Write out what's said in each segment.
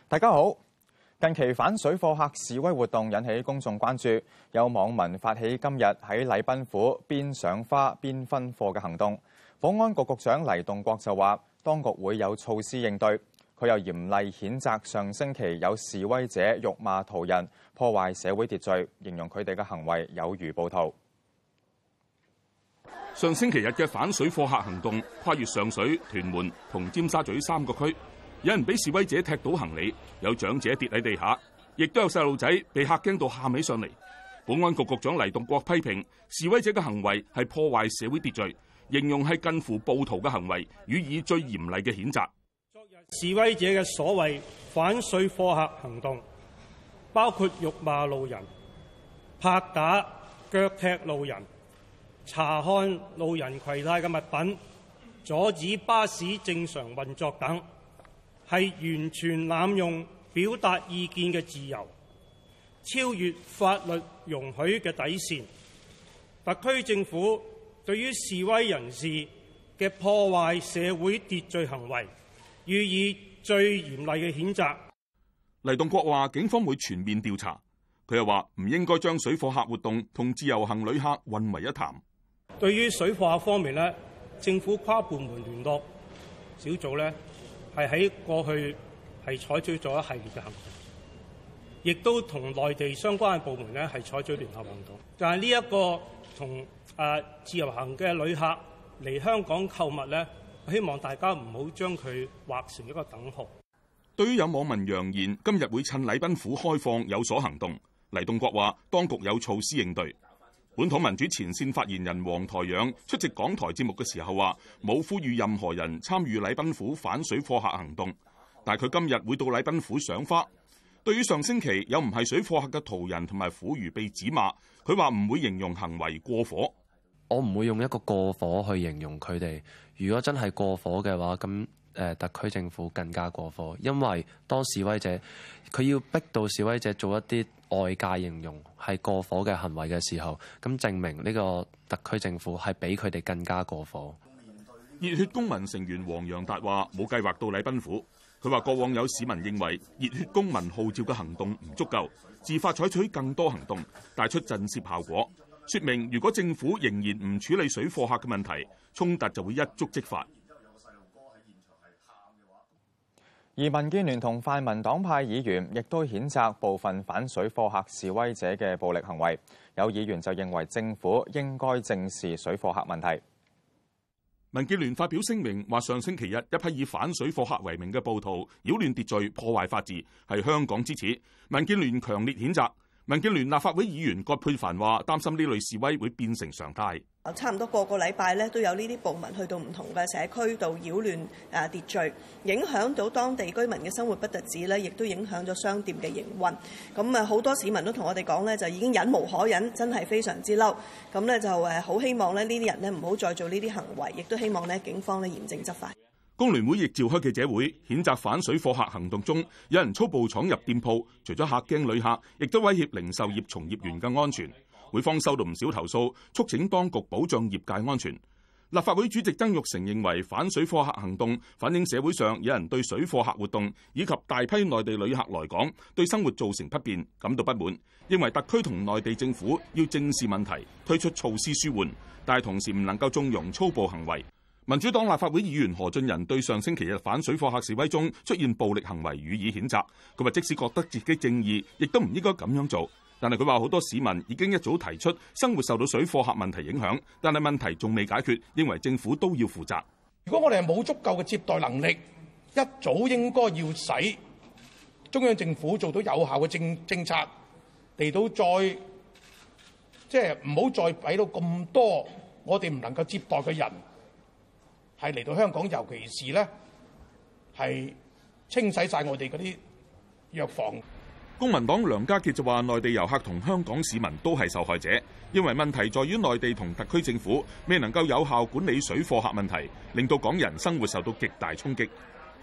大家好，近期反水貨客示威活動引起公眾關注，有網民發起今日喺禮賓府邊賞花邊分貨嘅行動。保安局局長黎棟國就話，當局會有措施應對。佢又嚴厲譴責上星期有示威者辱罵途人，破壞社會秩序，形容佢哋嘅行為有如暴徒。 上星期日嘅反水貨客行動跨越上水、屯門同尖沙咀3個區，有人俾示威者踢倒行李，有長者跌喺地下，亦都有細路仔被嚇驚到喊起上嚟。保安局局長黎棟國批評示威者嘅行為係破壞社會秩序，形容係近乎暴徒嘅行為，予以最嚴厲嘅譴責。 昨日示威者嘅所謂反水貨客行動，包括辱罵路人、拍打、腳踢路人、查看路人攜帶嘅物品、阻止巴士正常運作等，係完全濫用表達意見嘅自由，超越法律容許嘅底線。特區政府對於示威人士嘅破壞社會秩序行為，予以最嚴厲嘅譴責。 黎棟國話：警方會全面調查。佢又話唔應該將水貨客活動同自由行旅客混為一談。 對於水貨客方面呢，政府跨部門聯絡小組呢，係喺過去係採取咗一系列嘅行動，亦都同內地相關嘅部門呢係採取聯合行動。但係呢一個同自由行嘅旅客嚟香港購物呢，我希望大家唔好將佢劃成一個等號。 對於有網民揚言今日會趁禮賓府開放有所行動，黎棟國話當局有措施應對。本土民主前線發言人黃台仰出席港台節目嘅時候話，冇呼籲任何人參與禮賓府反水貨客行動，但係佢今日會到禮賓府賞花。對於上星期有唔係水貨客嘅途人同埋婦孺被指罵，佢話唔會形容行為過火。 我唔會用一個過火去形容佢哋。如果真係過火嘅話，咁特區政府更加過火，因為當示威者佢要逼到示威者做一啲外界形容係過火嘅行為嘅時候，咁證明呢個特區政府係比佢哋更加過火。 熱血公民成員黃洋達話冇計劃到禮賓府。佢話過往有市民認為熱血公民號召嘅行動唔足夠，自發採取更多行動，帶出震懾效果，說明如果政府仍然唔處理水貨客嘅問題，衝突就會一觸即發。 而民建聯同泛民黨派議員亦都譴責部分反水貨客示威者嘅暴力行為。有議員就認為政府應該正視水貨客問題。 民建聯發表聲明話，上星期日一批以反水貨客為名嘅暴徒擾亂秩序、破壞法治，係香港之恥。民建聯強烈譴責。民建聯立法會議員葛珮帆話，擔心呢類示威會變成常態。 差唔多個禮拜咧都有呢啲暴民去到唔同嘅社區度擾亂秩序，影響到當地居民嘅生活不特止咧，亦都影響咗商店嘅營運。咁好多市民都同我哋講咧，就已經忍無可忍，真係非常之嬲。咁咧就好希望咧呢啲人咧唔好再做呢啲行為，亦都希望咧警方咧嚴正執法。 工聯會亦召開記者會，譴責反水貨客行動中有人粗暴闖入店鋪，除咗嚇驚旅客，亦都威脅零售業從業員嘅安全。會方收到唔少投訴，促請當局保障業界安全。立法會主席曾鈺成認為反水貨客行動反映社會上有人對水貨客活動以及大批內地旅客來港對生活造成不便感到不滿，認為特區同內地政府要正視問題，推出措施舒緩，但係同時唔能夠縱容粗暴行為。民主黨立法會議員何俊仁對上星期日反水貨客示威中出現暴力行為予以譴責。佢話即使覺得自己正義，亦都唔應該咁樣做。但係佢話好多市民已經一早提出生活受到水貨客問題影響，但係問題仲未解決，認為政府都要負責。 如果我哋係冇足夠嘅接待能力，一早應該要使中央政府做到有效嘅政策嚟到再唔好再俾到咁多我哋唔能夠接待嘅人係嚟到香港，尤其是咧係清洗晒我哋嗰啲藥房。 公民黨梁家傑就話，內地遊客同香港市民都係受害者，認為問題在於內地同特區政府未能夠有效管理水貨客問題，令到港人生活受到極大衝擊。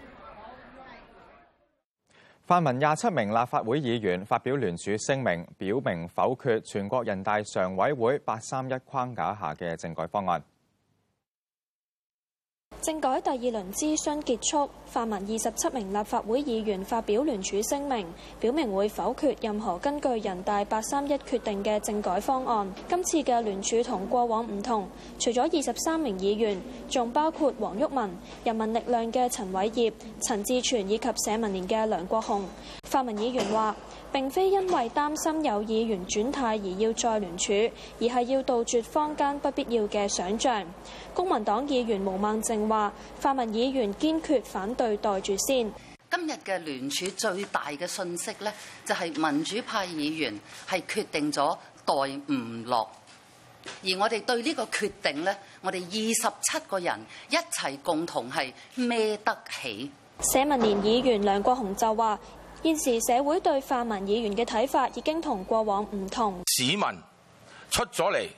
泛民27名立法會議員發表聯署聲明，表明否決全國人大常委會831框架下嘅政改方案。 政改第二輪諮詢結束，泛民27名立法會議員發表聯署聲明，表明會否決任何根據人大831決定嘅政改方案。今次嘅聯署同過往唔同，除咗23名議員，仲包括黃毓民、人民力量嘅陳偉業、陳志全以及社民連嘅梁國雄。泛民議員話，並非因為擔心有議員轉態而要再聯署，而係要杜絕坊間不必要嘅想像。公民黨議員毛孟靜話，泛民議員堅決反對袋住先。 今日嘅聯署最大嘅訊息呢，就係民主派議員係決定咗袋唔落，而我哋對呢個決定呢，我哋27個人一齊共同係孭得起。 社民連議員梁國雄就話，現時社會對泛民議員嘅睇法已經同過往唔同。 市民出咗嚟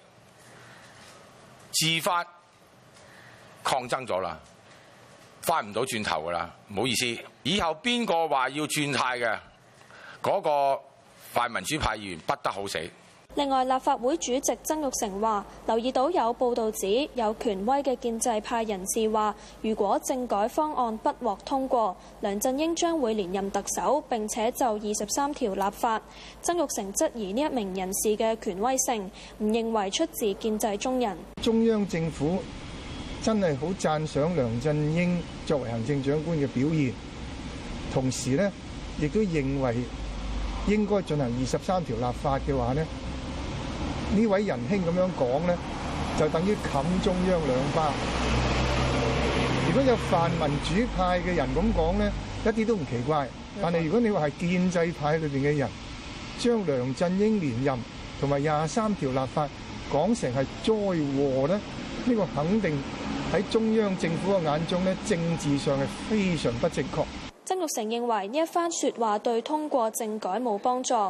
自發抗爭咗啦，翻唔到轉頭噶啦，唔好意思。以後邊個話要轉態嘅，嗰個泛民主派議員不得好死。 另外，立法會主席曾鈺成話，留意到有報道指有權威嘅建制派人士話，如果政改方案不獲通過，梁振英將會連任特首，並且就23條立法。曾鈺成質疑呢一名人士嘅權威性，唔認為出自建制中人。 中央政府真係好讚賞梁振英作為行政長官嘅表現，同時呢亦都認為應該進行23條立法嘅話呢位仁兄咁樣講呢，就等於冚中央兩巴。如果有泛民主派嘅人咁講呢，一啲都唔奇怪。但係如果你話係建制派裏邊嘅人，將梁振英連任同埋23條立法講成係災禍呢，呢個肯定喺中央政府嘅眼中呢，政治上係非常不正確。 曾鈺成認為呢一番説話對通過政改冇幫助。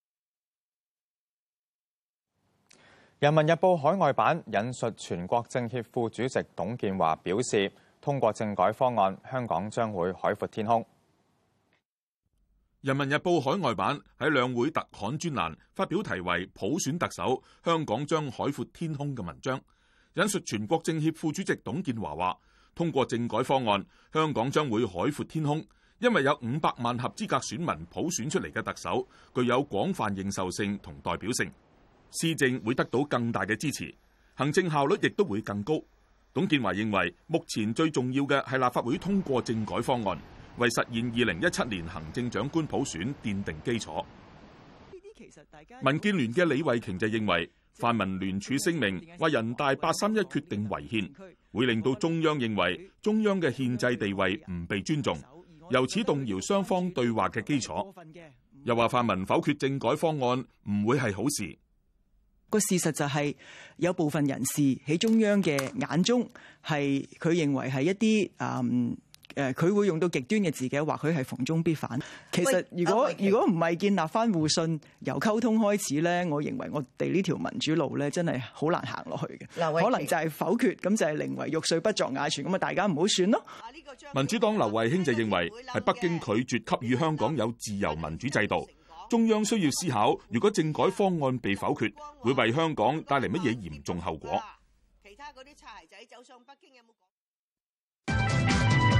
人民日報海外版引述全國政協副主席董建華表示，通過政改方案，香港將會海闊天空。 人民日報海外版喺兩會特刊專欄發表題為《普選特首，香港將海闊天空》嘅文章，引述全國政協副主席董建華話，通過政改方案，香港將會海闊天空，因為有500萬合資格選民普選出嚟嘅特首，具有廣泛認受性同代表性。施政會得到更大嘅支持，行政效率亦都會更高。董建華認為，目前最重要嘅係立法會通過政改方案，為實現2017年行政長官普選奠定基礎。民建聯嘅李慧瓊就認為，泛民聯署聲明話人大831決定違憲，會令到中央認為中央嘅憲制地位唔被尊重，由此動搖雙方對話嘅基礎。又話泛民否決政改方案唔會係好事。 個事實就係有部分人士喺中央嘅眼中係佢認為係一啲佢會用到極端嘅字嘅，或許係逢中必反。其實如果唔係建立翻互信，由溝通開始咧，我認為我哋呢條民主路咧真係好難行落去嘅。可能就係否決，咁就係寧為玉碎不作瓦全，咁啊大家唔好選咯。 民主黨劉慧卿就認為係北京拒絕給予香港有自由民主制度。中央需要思考，如果政改方案被否決，會為香港帶嚟乜嘢嚴重後果？其他嗰啲擦鞋仔走上北京有冇講？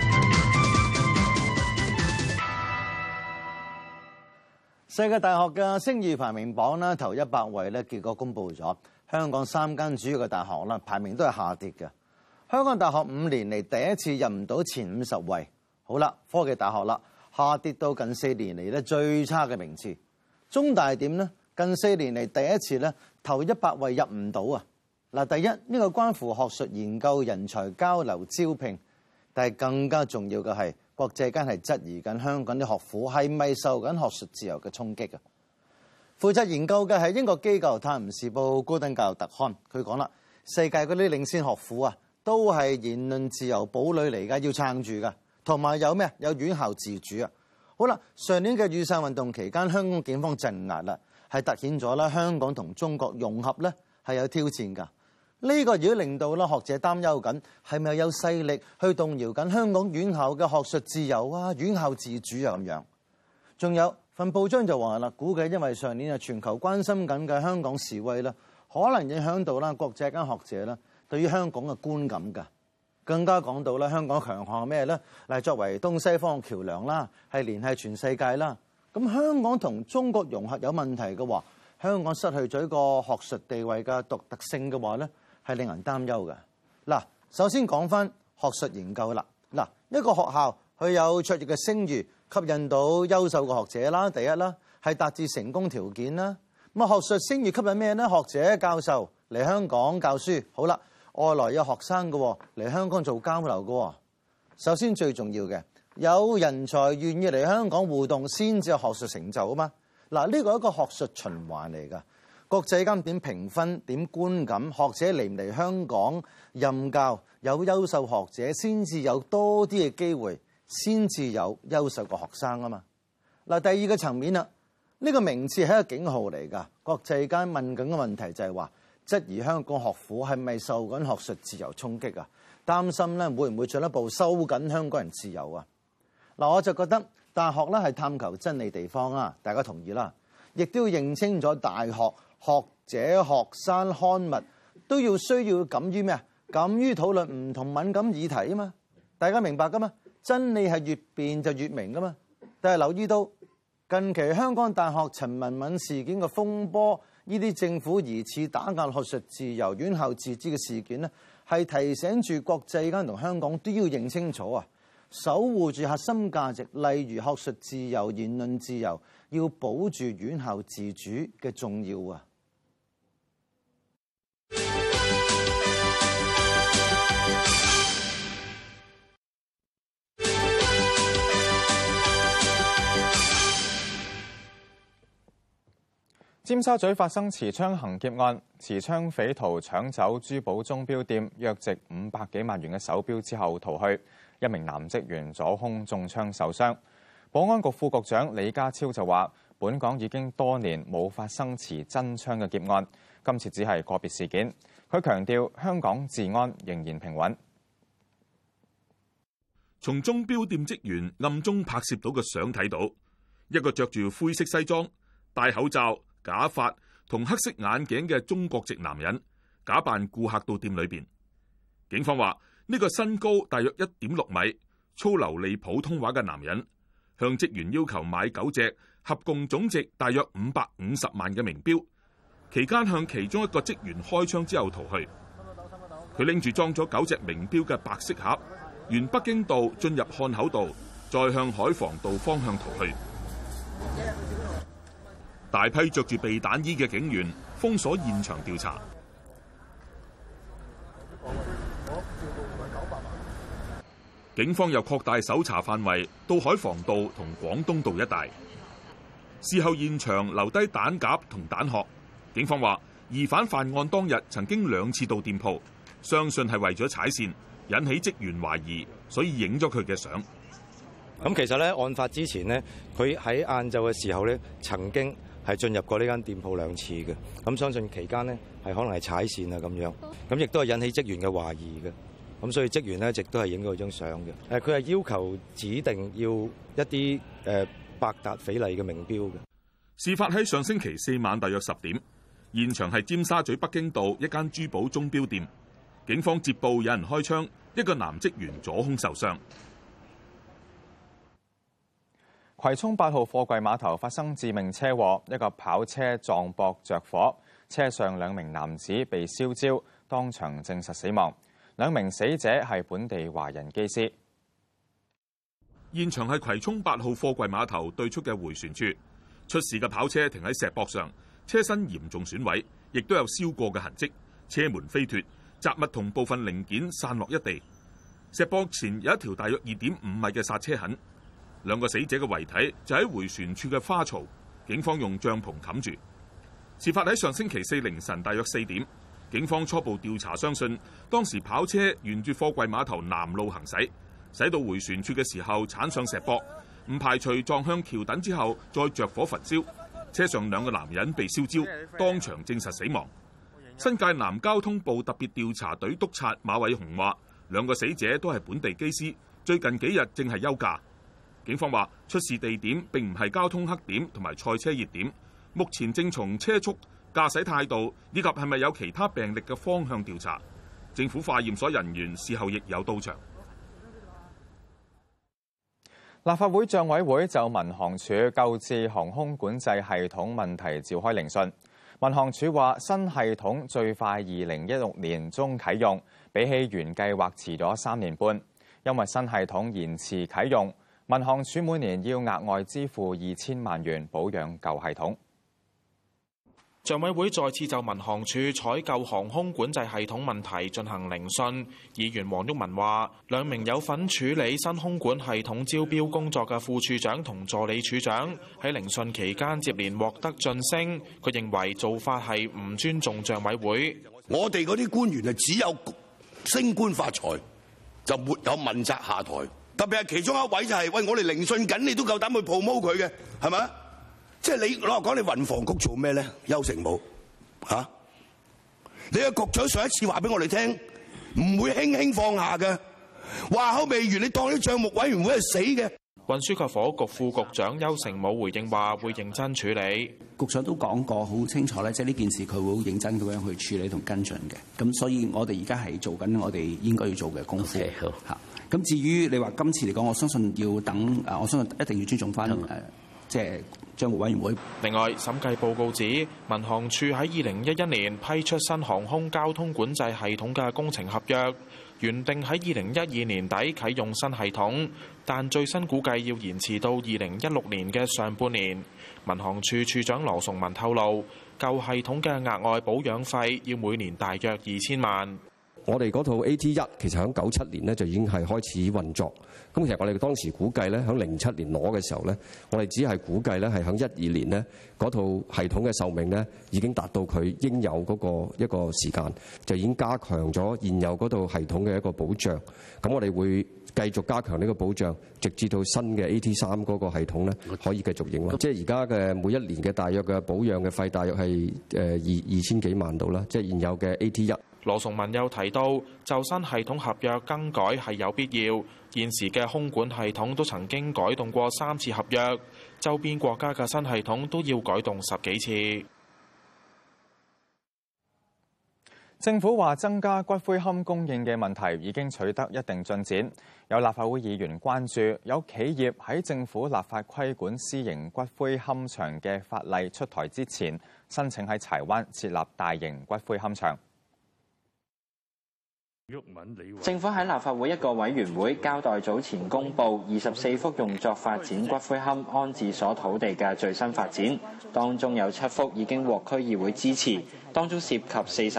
世界大學嘅聲譽排名榜咧，頭100位咧，結果公佈咗，香港3間主要嘅大學啦，排名都係下跌嘅。香港大學5年嚟第一次入唔到前50位。好啦，科技大學啦，下跌到近4年嚟咧最差嘅名次。中大點呢？近4年嚟第一次咧頭100位入唔到啊！嗱，第一呢個關乎學術研究、人才交流、招聘，但係更加重要嘅係國際間係質疑緊香港啲學府係咪受緊學術自由嘅衝擊啊！負責研究嘅係英國機構《泰晤士報》高等教育特刊，佢講啦，世界嗰啲領先學府啊，都係言論自由堡壘嚟㗎，要撐住㗎，同埋有咩？有院校自主啊！好啦，上年嘅雨傘運動期間，香港警方鎮壓啦，係突顯咗啦，香港同中國融合咧係有挑戰㗎。呢個如果令到啦學者擔憂緊，係咪有勢力去動搖緊香港院校嘅學術自由啊、院校自主啊咁樣？仲有份報章就話啦，估計因為上年全球關心緊嘅香港示威啦，可能影響到啦國際間學者啦對於香港嘅觀感㗎。 更加講到咧香港強項係咩咧？嗱，作為東西方橋梁啦，係聯繫全世界啦。咁香港同中國融合有問題嘅話，香港失去咗一個學術地位嘅獨特性嘅話咧，係令人擔憂嘅。嗱，首先講翻學術研究啦。嗱，一個學校佢有卓越嘅聲譽，吸引到優秀嘅學者啦，第一啦，係達至成功條件啦。咁啊，學術聲譽吸引咩咧？學者教授嚟香港教書，好啦，外來有學生嘅嚟香港做交流嘅。首先最重要嘅，有人才願意嚟香港互動，先至有學術成就啊嘛。嗱，呢個係一個學術循環嚟㗎。國際間點評分、點觀感，學者嚟唔嚟香港任教，有優秀學者先至有多啲嘅機會，先至有優秀嘅學生啊嘛。嗱，第二個層面啦。呢個名次係一個警號嚟㗎，國際間問緊嘅問題就係話，質疑香港學府係咪受緊學術自由衝擊啊？擔心咧會唔會進一步收緊香港人自由啊？嗱，我就覺得大學咧係探求真理地方啊，大家同意啦，亦都要認清咗大學學者、學生、刊物都要需要敢於咩啊？敢於討論唔同敏感議題啊嘛，大家明白㗎嘛？真理係越辯就越明㗎嘛，但係留意到。近期香港大學陳文敏事件嘅風波，呢啲政府疑似打壓學術自由、院校自治嘅事件呢，係提醒住國際間同香港都要認清楚啊，守護住核心價值，例如學術自由、言論自由，要保住院校自主嘅重要啊。 尖沙咀發生持槍行劫案，持槍匪徒搶走珠寶鐘錶店約值500幾萬元嘅手錶之後逃去，一名男職員左胸中槍受傷。保安局副局長李家超就話：本港已經多年冇發生持真槍嘅劫案，今次只係個別事件。佢強調香港治安仍然平穩。 從鐘錶店職員暗中拍攝到嘅相睇到，一個着住灰色西裝、戴口罩、假髮同黑色眼鏡嘅中國籍男人假扮顧客到店裏邊。警方話呢個身高大約1.6米、粗流利普通話嘅男人向職員要求買9隻合共總值大約550萬嘅名錶，期間向其中一個職員開槍之後逃去。佢拎住裝咗9隻名錶嘅白色盒，沿北京道進入漢口道，再向海防道方向逃去。大批着住避彈衣嘅警員封鎖現場調查。警方又擴大搜查範圍到海防道同廣東道一帶。事後現場留低彈夾同彈殼。警方話疑犯犯案當日曾經2次到店鋪，相信係為咗踩線，引起職員懷疑，所以影咗佢嘅相。 咁其實咧，案發之前呢，佢喺晏晝嘅時候咧，曾經係進入過呢間店鋪2次嘅。咁相信期間呢，係可能係踩線啊咁樣，咁亦都係引起職員嘅懷疑嘅。咁所以職員呢，亦都係影咗張相嘅。佢係要求指定要一啲百達翡麗嘅名錶嘅。 事發喺上星期4晚大約10點，現場係尖沙咀北京道一間珠寶鐘錶店。警方接報有人開槍，一個男職員左胸受傷。 葵涌8號貨櫃碼頭發生致命車禍，一個跑車撞壆着火，車上2名男子被燒焦，當場證實死亡。2名死者係本地華人機師。 現場係葵涌8號貨櫃碼頭對出嘅迴旋處，出事嘅跑車停喺石壆上，車身嚴重損毀，亦都有燒過嘅痕跡，車門飛脫，雜物同部分零件散落一地。石壆前有一條大約2.5米嘅剎車痕。2個死者嘅遺體就喺迴旋處嘅花槽，警方用帳篷冚住。事發喺上星期4凌晨大約4點，警方初步調查相信，當時跑車沿住貨櫃碼頭南路行駛，駛到迴旋處嘅時候鏟上石壆，唔排除撞向橋躉之後再着火焚燒。車上2個男人被燒焦，當場證實死亡。新界南交通部特別調查隊督察馬偉雄話，2個死者都係本地機師，最近幾日正係休假。警方話出事地點並唔係交通黑點同埋賽車熱點，目前正從車速、駕駛態度以及係咪有其他病歷嘅方向調查。 政府化驗所人員事後亦有到場。 立法會帳委會就民航處購置航空管制系統問題召開聆訊。民航處話新系統最快2016年中啟用，比起原計劃遲咗3年半。因為新系統延遲啟用，民航處每年要額外支付2000萬元保養舊系統。 帳委會再次就民航處採購航空管制系統問題進行聆訊。議員黃毓民話，2名有份處理新空管系統招標工作嘅副處長同助理處長喺聆訊期間接連獲得晉升。佢認為做法係唔尊重帳委會。 我哋嗰啲官員係只有升官發財，就沒有問責下台。特別係其中一位就係、喂，我哋聆訊緊，你都夠膽去 promote 佢嘅，係咪？即係你攞嚟講，你運房局做咩咧？邱成武嚇，你個局長上一次話俾我哋聽，唔會輕輕放下嘅，話口未完，你當啲帳目委員會係死嘅。 運輸及房屋局副局長邱成武回應話：會認真處理。 局長都講過好清楚咧，即係呢件事佢會好認真咁樣去處理同跟進嘅。咁所以我哋而家係做緊我哋應該要做嘅功夫嚇。咁至於你話今次嚟講，我相信要等我相信一定要尊重翻即係帳務委員會。 另外，審計報告指，民航處喺2011年批出新航空交通管制系統嘅工程合約，原定喺2012年底啟用新系統，但最新估計要延遲到2016年嘅上半年。民航處處長羅崇文透露，舊系統嘅額外保養費要每年大約2000萬。 我哋嗰套 AT1 其實喺97年呢就已經係開始運作。咁其實我哋當時估計咧，喺07年攞嘅時候咧，我哋只係估計咧係喺12年呢嗰套系統嘅壽命咧已經達到佢應有嗰個一個時間，就已經加強咗現有嗰套系統嘅一個保障。咁我哋會繼續加強呢個保障，直至到新嘅 AT3 嗰個系統咧可以繼續營運。即係而家嘅每一年嘅大約嘅保養嘅費，大約係2000幾萬度啦。即係現有嘅 AT1。 羅崇文又提到，就新系統合約更改係有必要。現時嘅空管系統都曾經改動過3次合約，周邊國家嘅新系統都要改動10幾次。 政府話增加骨灰龕供應嘅問題已經取得一定進展。有立法會議員關注，有企業喺政府立法規管私營骨灰龕場嘅法例出台之前，申請喺柴灣設立大型骨灰龕場。 政府喺立法會一個委員會交代早前公布24幅用作發展骨灰龕安置所土地嘅最新發展，當中有7幅已經獲區議會支持，當中涉及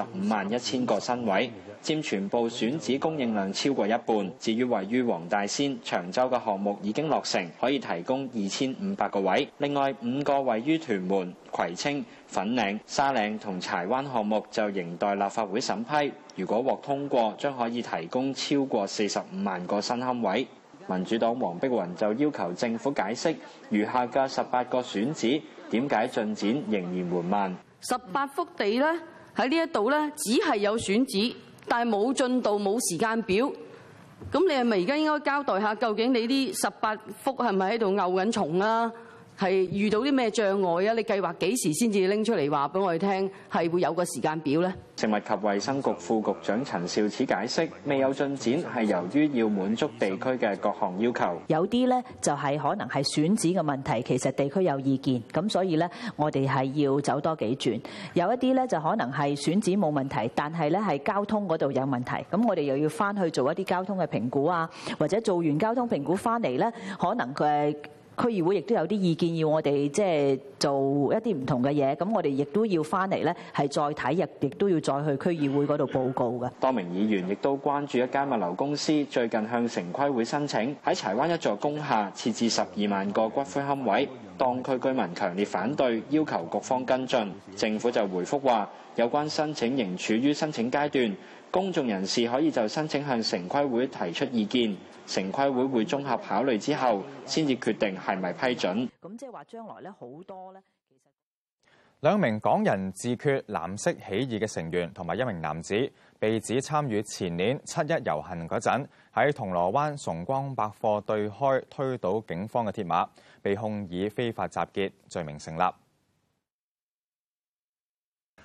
451000個身位，佔全部選址供應量超過一半。至於位於黃大仙、長洲嘅項目已經落成，可以提供2500個位。另外5個位於屯門、葵青、粉嶺、沙嶺同柴灣項目就仍待立法會審批。如果獲通過，將可以提供超過45萬個新龕位。民主黨黃碧雲就要求政府解釋，餘下嘅18個選址點解進展仍然緩慢。 18幅地咧喺呢一度咧，只係有選址，但係冇進度、冇時間表。咁你係咪而家應該交代下，究竟你啲18幅係咪喺度漚緊蟲啊？係遇到啲咩障礙啊？你計劃幾時先至拎出嚟話俾我哋聽？係會有個時間表呢？ 食物及衛生局副局長陳肇始解釋，未有進展係由於要滿足地區嘅各項要求。 有啲呢就係可能係選址嘅問題，其實地區有意見，咁所以呢，我哋係要走多幾轉。有一啲呢就可能係選址冇問題，但係呢係交通嗰度有問題，咁我哋又要翻去做一啲交通嘅評估啊，或者做完交通評估翻嚟呢，可能佢區議會亦都有啲意見，要我哋即係做一啲唔同嘅嘢，咁我哋亦都要翻嚟呢，係再睇，亦都要再去區議會嗰度報告嘅。 多名議員亦都關注一間物流公司最近向城規會申請喺柴灣一座工廈設置12萬個骨灰龕位，當區居民強烈反對，要求局方跟進。政府就回覆話，有關申請仍處於申請階段，公眾人士可以就申請向城規會提出意見。城規會會綜合考慮之後，先至決定係咪批准。 咁即係話將來咧好多咧，其實 2名港人自決藍色起義嘅成員同埋1名男子被指參與前年7·1遊行嗰陣喺銅鑼灣崇光百貨對開推倒警方嘅鐵馬，被控以非法集結罪名成立。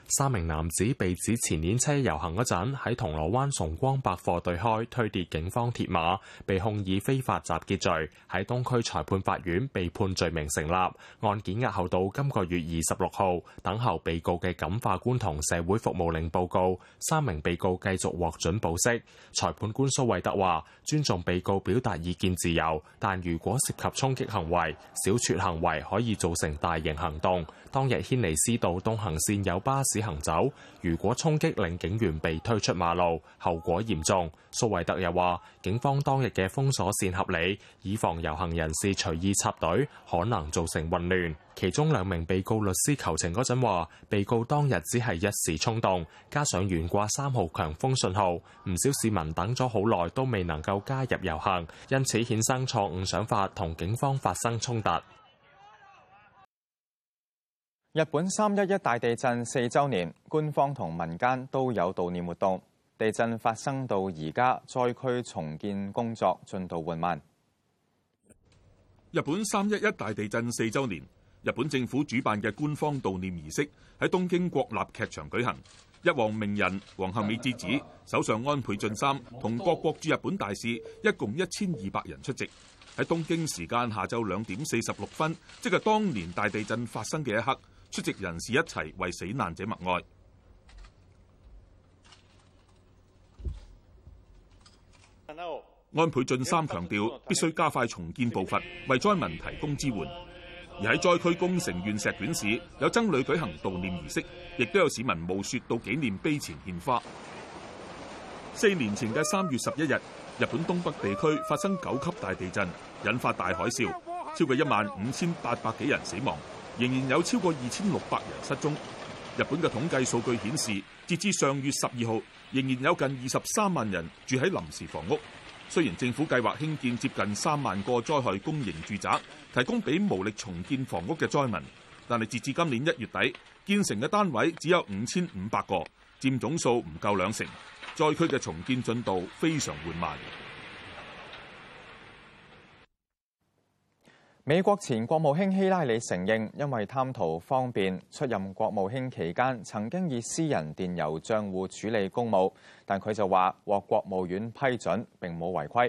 3名男子被指前年7一遊行嗰陣喺銅鑼灣崇光百貨對開推跌警方鐵馬，被控以非法集結罪，喺東區裁判法院被判罪名成立。案件押後到今個月26號，等候被告嘅感化官同社會服務令報告。3名被告繼續獲准保釋。裁判官蘇惠德話：尊重被告表達意見自由，但如果涉及衝擊行為、小撮行為，可以造成大型行動。當日軒尼詩道東行線有巴士行走，如果衝擊令警員被推出馬路，後果嚴重。蘇惠德又話：警方當日嘅封鎖線合理，以防遊行人士隨意插隊，可能造成混亂。其中2名被告律師求情嗰陣話，被告當日只係一時衝動，加上懸掛3號強風信號，唔少市民等咗好耐都未能夠加入遊行，因此衍生錯誤想法，同警方發生衝突。 日本311大地震4週年，官方同民間都有悼念活動。地震發生到而家，災區重建工作進度緩慢。 日本311大地震4週年，日本政府主辦嘅官方悼念儀式喺東京國立劇場舉行。日皇明仁、皇后美智子、首相安倍晉三同各國駐日本大使一共1200人出席。喺東京時間下晝2點46分，即係當年大地震發生嘅一刻，出席人士一齊為死難者默哀。安倍晉三強調必須加快重建步伐，為災民提供支援。而喺災區宮城縣石卷市，有僧侶舉行悼念儀式，亦都有市民冒雪到紀念碑前獻花。4年前嘅3月11日，日本東北地區發生9級大地震，引發大海嘯，超過15800幾人死亡，仍然有超過2600人失蹤。日本嘅統計數據顯示，截至上月12號，仍然有近23萬人住喺臨時房屋。雖然政府計劃興建接近3萬個災害公營住宅，提供俾無力重建房屋嘅災民，但係截至今年1月底，建成嘅單位只有5500個，佔總數唔夠2成。災區嘅重建進度非常緩慢。 美國前國務卿希拉里承認，因為貪圖方便，出任國務卿期間曾經以私人電郵帳戶處理公務，但佢就話獲國務院批准，並冇違規。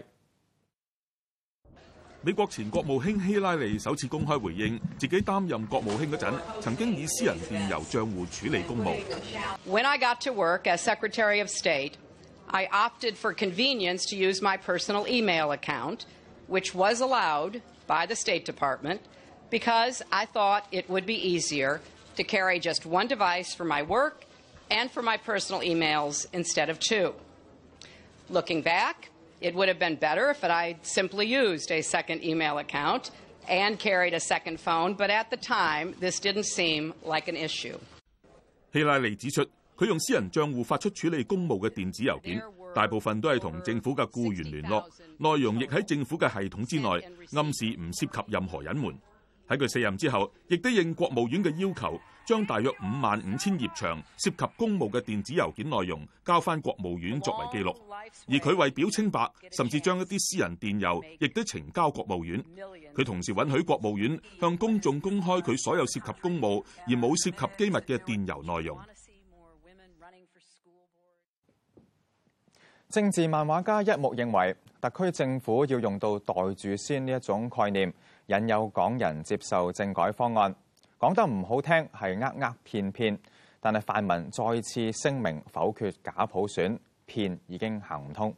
美國前國務卿希拉里首次公開回應，自己擔任國務卿嗰陣，曾經以私人電郵帳戶處理公務。 When I got to work as Secretary of State, I opted for convenience to use my personal email account, which was allowed by the State Department, because I thought it would be easier to carry just one device for my work and for my personal emails instead of two. Looking back, it would have been better if I'd simply used a second email account and carried a second phone, but at the time, this didn't seem like an issue. 希拉里指出，佢用私人帳戶發出處理公務嘅電子郵件，大部分都係同政府嘅僱員聯絡，內容亦喺政府嘅系統之內，暗示唔涉及任何隱瞞。喺佢卸任之後，亦都應國務院嘅要求，將大約55000頁長涉及公務嘅電子郵件內容交翻國務院作為記錄。而佢為表清白，甚至將一啲私人電郵亦都呈交國務院。佢同時允許國務院向公眾公開佢所有涉及公務而冇涉及機密嘅電郵內容。 政治漫畫家一目認為，特區政府要用到袋住先呢一種概念，引誘港人接受政改方案。講得唔好聽係騙，但係泛民再次聲明否決假普選，騙已經行唔通。